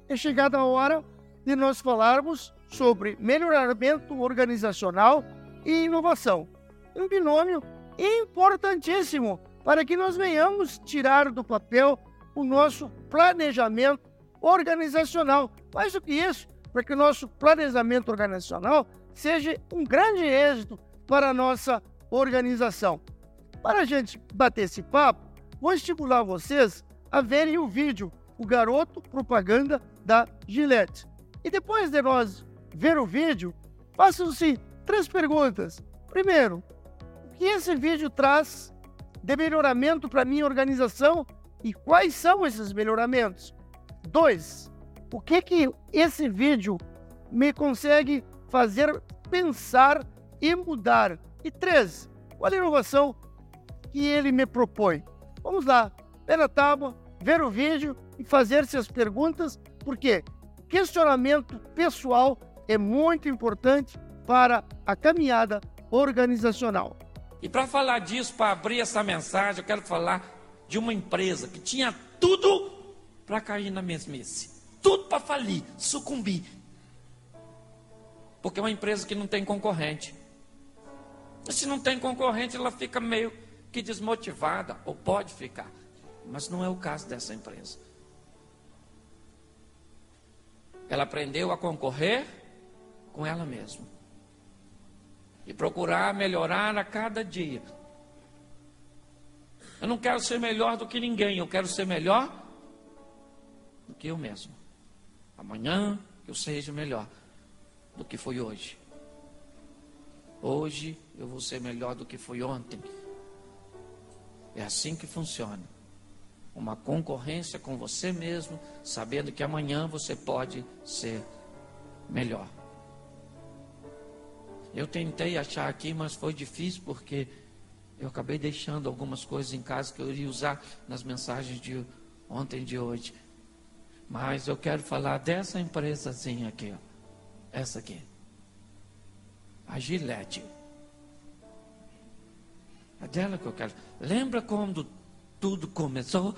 é chegada a hora de nós falarmos sobre melhoramento organizacional e inovação. Um binômio importantíssimo para que nós venhamos tirar do papel o nosso planejamento organizacional. Mais do que isso, para que o nosso planejamento organizacional seja um grande êxito para a nossa organização. Para a gente bater esse papo, vou estimular vocês a verem o vídeo O Garoto Propaganda da Gillette. E depois de nós ver o vídeo, façam-se 3 perguntas. Primeiro, o que esse vídeo traz de melhoramento para a minha organização e quais são esses melhoramentos? 2, o que esse vídeo me consegue fazer pensar e mudar? E 3, qual a inovação que ele me propõe? Vamos lá, pé na tábua, ver o vídeo e fazer-se as perguntas, porque questionamento pessoal é muito importante para a caminhada organizacional. E para falar disso, para abrir essa mensagem, eu quero falar de uma empresa que tinha tudo para cair na mesmice, tudo para falir, sucumbir, porque é uma empresa que não tem concorrente. E se não tem concorrente, ela fica meio que desmotivada, ou pode ficar, mas não é o caso dessa empresa. Ela aprendeu a concorrer com ela mesma e procurar melhorar a cada dia. Eu não quero ser melhor do que ninguém, eu quero ser melhor do que eu mesmo. Amanhã eu seja melhor do que fui hoje. Hoje eu vou ser melhor do que fui ontem. É assim que funciona. Uma concorrência com você mesmo, sabendo que amanhã você pode ser melhor. Eu tentei achar aqui, mas foi difícil porque eu acabei deixando algumas coisas em casa que eu iria usar nas mensagens de ontem e de hoje. Mas eu quero falar dessa empresazinha aqui, ó. Essa aqui. A Gillette. É dela que eu quero. Lembra quando tudo começou?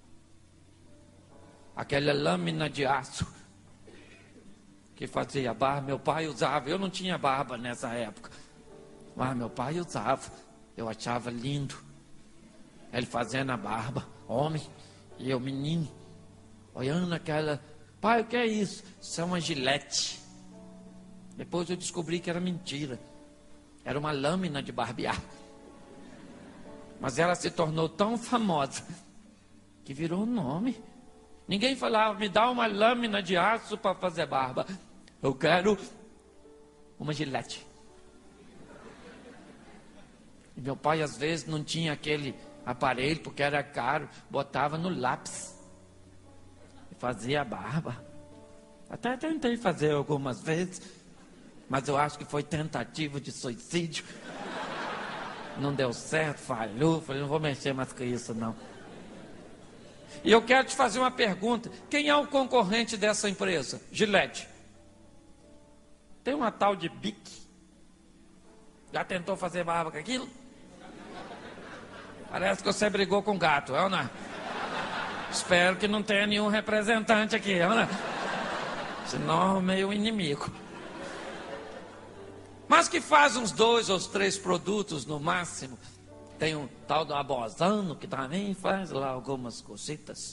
Aquela lâmina de aço que fazia barba. Meu pai usava. Eu não tinha barba nessa época, mas meu pai usava. Eu achava lindo ele fazendo a barba, homem, e eu menino, olhando aquela. Pai, o que é isso? Isso é uma Gillette. Depois eu descobri que era mentira. Era uma lâmina de barbear. Mas ela se tornou tão famosa que virou um nome. Ninguém falava, me dá uma lâmina de aço para fazer barba. Eu quero uma Gillette. E meu pai às vezes não tinha aquele aparelho porque era caro. Botava no lápis e fazia a barba. Até tentei fazer algumas vezes, mas eu acho que foi tentativa de suicídio. Não deu certo, falhou. Falei, não vou mexer mais com isso, não. E eu quero te fazer uma pergunta. Quem é o concorrente dessa empresa? Gillette. Tem uma tal de Bic. Já tentou fazer barba com aquilo? Parece que você brigou com gato, é ou não? Espero que não tenha nenhum representante aqui, é ou não? Senão é meio inimigo. Mas que faz uns 2 ou 3 produtos no máximo. Tem um tal do Abozano que também faz lá algumas cositas,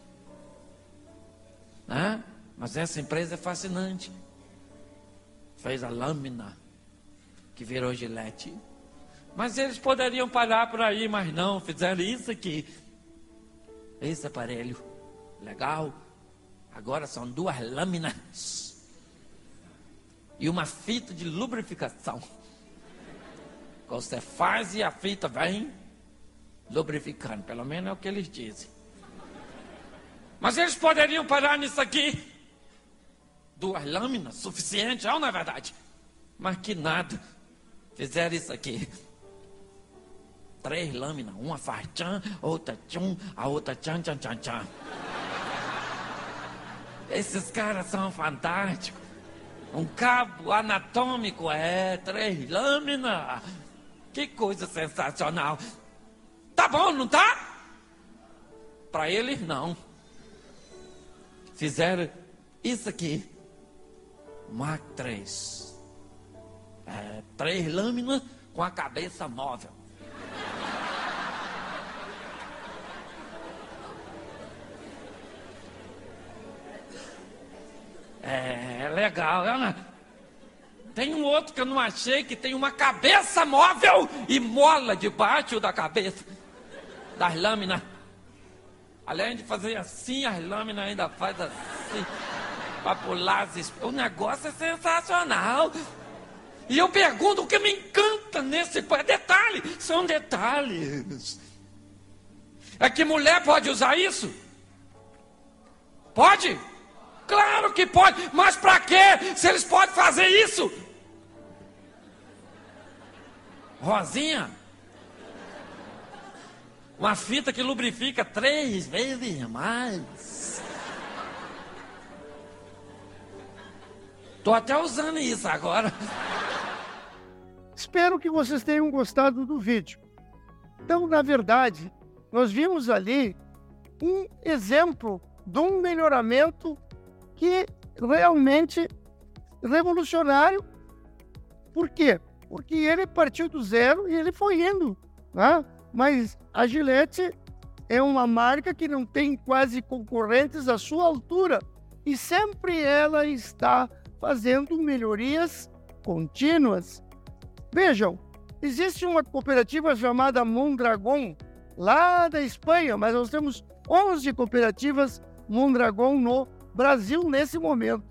né? Mas essa empresa é fascinante. Fez a lâmina que virou Gillette. Mas eles poderiam parar por aí, mas não, fizeram isso aqui. Esse aparelho, legal. Agora são 2 lâminas e uma fita de lubrificação. Você faz e a fita vem lubrificando, pelo menos é o que eles dizem. Mas eles poderiam parar nisso aqui. 2 lâminas, suficiente, não é verdade? Mas que nada, fizeram isso aqui. 3 lâminas, uma faz tchan, outra tchum, a outra tchan, tchan, tchan, tchan. Esses caras são fantásticos. Um cabo anatômico, 3 lâminas. Que coisa sensacional. Tá bom, não tá? Para eles, não. Fizeram Isso aqui, Mark III. 3 lâminas com a cabeça móvel. É legal, né? Tem um outro que eu não achei, que tem uma cabeça móvel e mola debaixo da cabeça das lâminas. Além de fazer assim, as lâminas ainda faz assim para pular as O negócio é sensacional. E eu pergunto, o que me encanta nesse... É detalhe, são detalhes. É que mulher pode usar isso? Pode? Claro que pode, mas para quê? Se eles podem fazer isso? Rosinha? Uma fita que lubrifica 3 vezes mais. Tô até usando isso agora. Espero que vocês tenham gostado do vídeo. Então, na verdade, nós vimos ali um exemplo de um melhoramento que realmente revolucionário. Por quê? Porque ele partiu do zero e ele foi indo, né? Mas a Gillette é uma marca que não tem quase concorrentes à sua altura e sempre ela está fazendo melhorias contínuas. Vejam, existe uma cooperativa chamada Mondragon, lá da Espanha, mas nós temos 11 cooperativas Mondragon no Brasil nesse momento.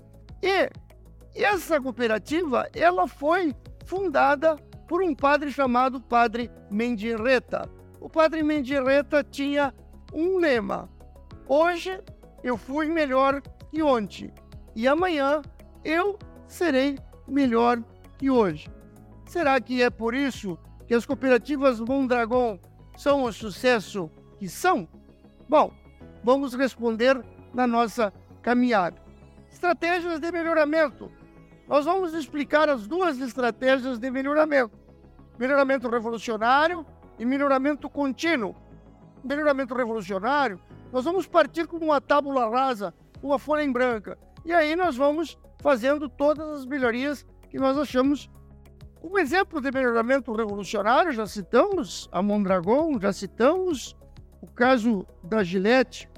E essa cooperativa, ela foi fundada por um padre chamado Padre Mendireta. O Padre Mendireta tinha um lema: hoje eu fui melhor que ontem e amanhã eu serei melhor que hoje. Será que é por isso que as cooperativas Mondragon são o sucesso que são? Bom, vamos responder na nossa caminhada. Estratégias de melhoramento. Nós vamos explicar as 2 estratégias de melhoramento. Melhoramento revolucionário e melhoramento contínuo. Melhoramento revolucionário, nós vamos partir com uma tábula rasa, uma folha em branca. E aí nós vamos fazendo todas as melhorias que nós achamos. Um exemplo de melhoramento revolucionário, já citamos a Mondragon, já citamos o caso da Gillette.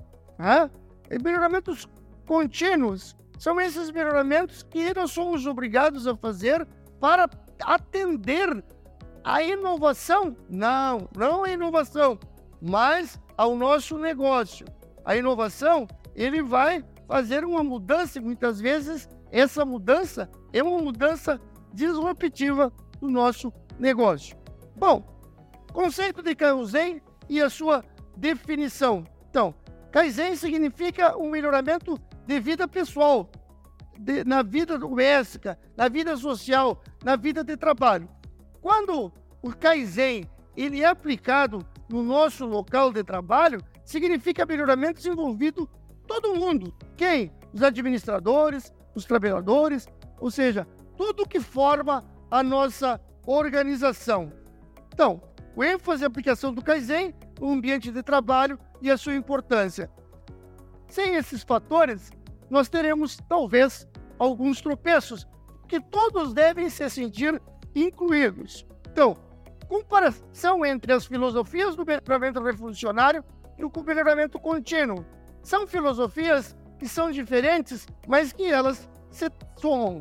E melhoramentos contínuos são esses melhoramentos que nós somos obrigados a fazer para atender a inovação. Não a inovação, mas ao nosso negócio. A inovação, ele vai fazer uma mudança e muitas vezes essa mudança é uma mudança disruptiva do nosso negócio. Bom, conceito de Kaizen e a sua definição. Então, Kaizen significa um melhoramento de vida pessoal, na vida doméstica, na vida social, na vida de trabalho. Quando o Kaizen ele é aplicado no nosso local de trabalho, significa melhoramento envolvido todo mundo. Quem? Os administradores, os trabalhadores, ou seja, tudo que forma a nossa organização. Então, o ênfase e a aplicação do Kaizen no ambiente de trabalho e a sua importância. Sem esses fatores, nós teremos, talvez, alguns tropeços, que todos devem se sentir incluídos. Então, comparação entre as filosofias do melhoramento revolucionário e o melhoramento contínuo. São filosofias que são diferentes, mas que elas se somam.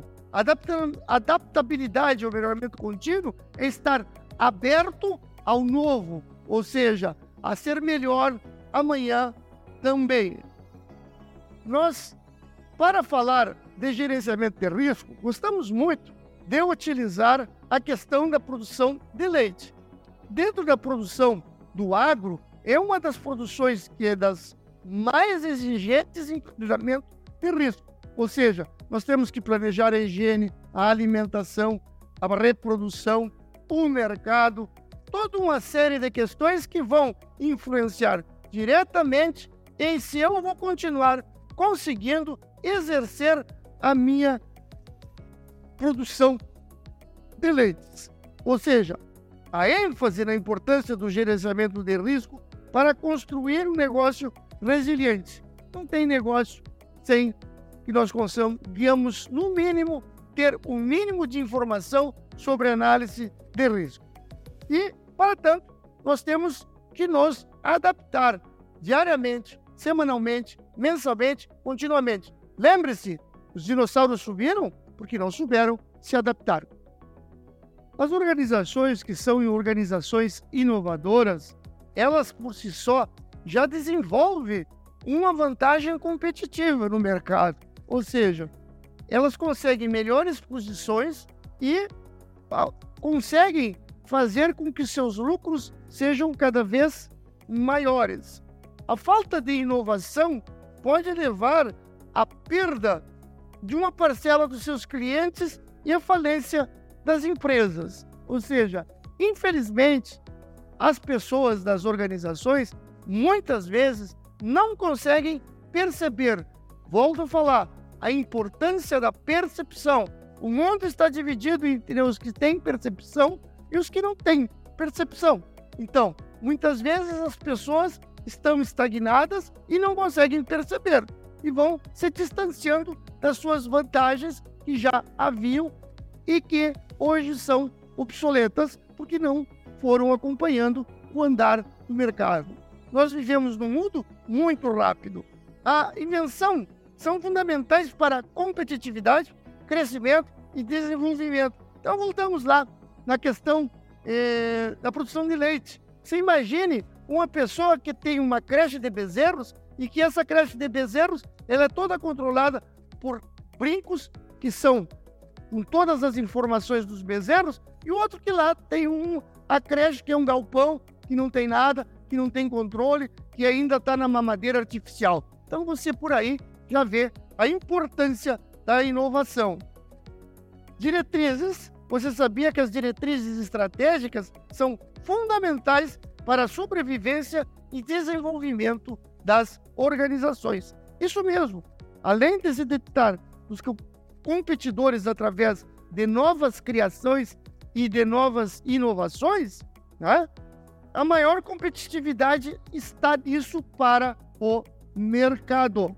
Adaptabilidade ao melhoramento contínuo é estar aberto ao novo, ou seja, a ser melhor amanhã também. Nós, para falar de gerenciamento de risco, gostamos muito de utilizar a questão da produção de leite. Dentro da produção do agro, é uma das produções que é das mais exigentes em planejamento de risco. Ou seja, nós temos que planejar a higiene, a alimentação, a reprodução, o mercado, toda uma série de questões que vão influenciar diretamente em se eu vou continuar conseguindo exercer a minha produção de leites. Ou seja, a ênfase na importância do gerenciamento de risco para construir um negócio resiliente. Não tem negócio sem que nós conseguimos, no mínimo, ter um mínimo de informação sobre análise de risco. E, para tanto, nós temos que nos adaptar diariamente, semanalmente, mensalmente, continuamente. Lembre-se, os dinossauros subiram porque não souberam se adaptar. As organizações que são organizações inovadoras, elas por si só já desenvolvem uma vantagem competitiva no mercado. Ou seja, elas conseguem melhores posições e conseguem fazer com que seus lucros sejam cada vez maiores. A falta de inovação pode levar à perda de uma parcela dos seus clientes e à falência das empresas. Ou seja, infelizmente, as pessoas das organizações muitas vezes não conseguem perceber, volto a falar, a importância da percepção. O mundo está dividido entre os que têm percepção e os que não têm percepção. Então, muitas vezes as pessoas estão estagnadas e não conseguem perceber e vão se distanciando das suas vantagens que já haviam e que hoje são obsoletas porque não foram acompanhando o andar do mercado. Nós vivemos num mundo muito rápido. A invenção são fundamentais para a competitividade, crescimento e desenvolvimento. Então voltamos lá na questão da produção de leite. Você imagine uma pessoa que tem uma creche de bezerros e que essa creche de bezerros ela é toda controlada por brincos que são com todas as informações dos bezerros e o outro que lá tem a creche que é um galpão, que não tem nada, que não tem controle, que ainda está na mamadeira artificial. Então você por aí já vê a importância da inovação. Diretrizes. Você sabia que as diretrizes estratégicas são fundamentais para a sobrevivência e desenvolvimento das organizações. Isso mesmo. Além de se detectar os competidores através de novas criações e de novas inovações, né? A maior competitividade está nisso para o mercado.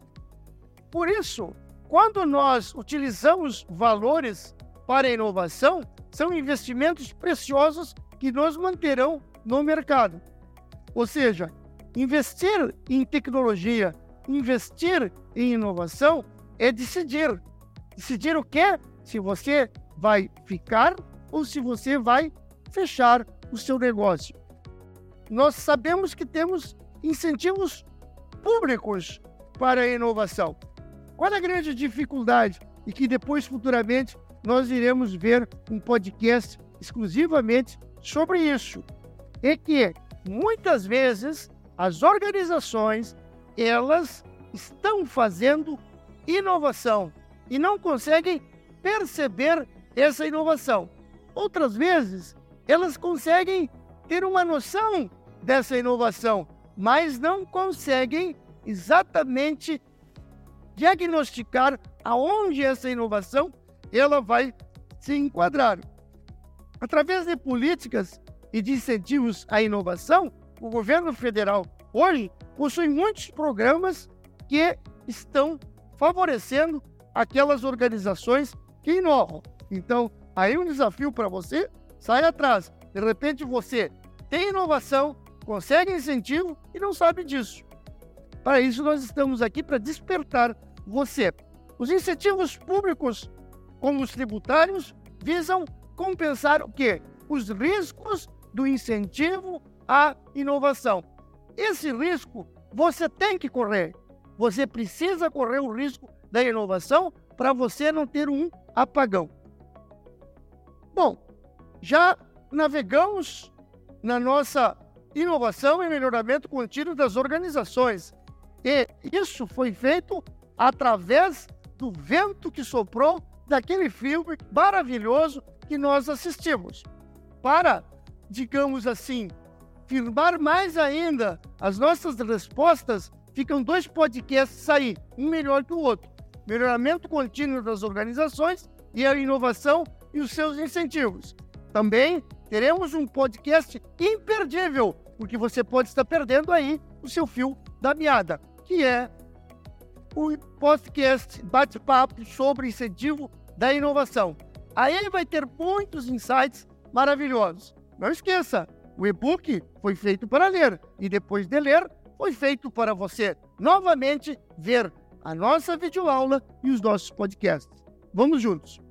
Por isso, quando nós utilizamos valores para a inovação, são investimentos preciosos que nos manterão no mercado. Ou seja, investir em tecnologia, investir em inovação é decidir. Decidir o quê? Se você vai ficar ou se você vai fechar o seu negócio. Nós sabemos que temos incentivos públicos para a inovação. Qual é a grande dificuldade? E que depois, futuramente, nós iremos ver um podcast exclusivamente sobre isso. É que, muitas vezes, as organizações, elas estão fazendo inovação e não conseguem perceber essa inovação. Outras vezes, elas conseguem ter uma noção dessa inovação, mas não conseguem exatamente diagnosticar aonde essa inovação ela vai se enquadrar. Através de políticas e de incentivos à inovação, o governo federal hoje possui muitos programas que estão favorecendo aquelas organizações que inovam. Então, aí um desafio para você, sai atrás. De repente você tem inovação, consegue incentivo e não sabe disso. Para isso nós estamos aqui para despertar você. Os incentivos públicos, como os tributários, visam compensar o quê? Os riscos do incentivo à inovação. Esse risco você tem que correr. Você precisa correr o risco da inovação para você não ter um apagão. Bom, já navegamos na nossa inovação e melhoramento contínuo das organizações. E isso foi feito através do vento que soprou daquele filme maravilhoso que nós assistimos. Para, digamos assim, firmar mais ainda as nossas respostas, ficam 2 podcasts aí, um melhor que o outro. Melhoramento contínuo das organizações e a inovação e os seus incentivos. Também teremos um podcast imperdível, porque você pode estar perdendo aí o seu fio da meada, que é o podcast bate-papo sobre incentivo da inovação. Aí ele vai ter muitos insights maravilhosos. Não esqueça, o e-book foi feito para ler e depois de ler, foi feito para você novamente ver a nossa videoaula e os nossos podcasts. Vamos juntos!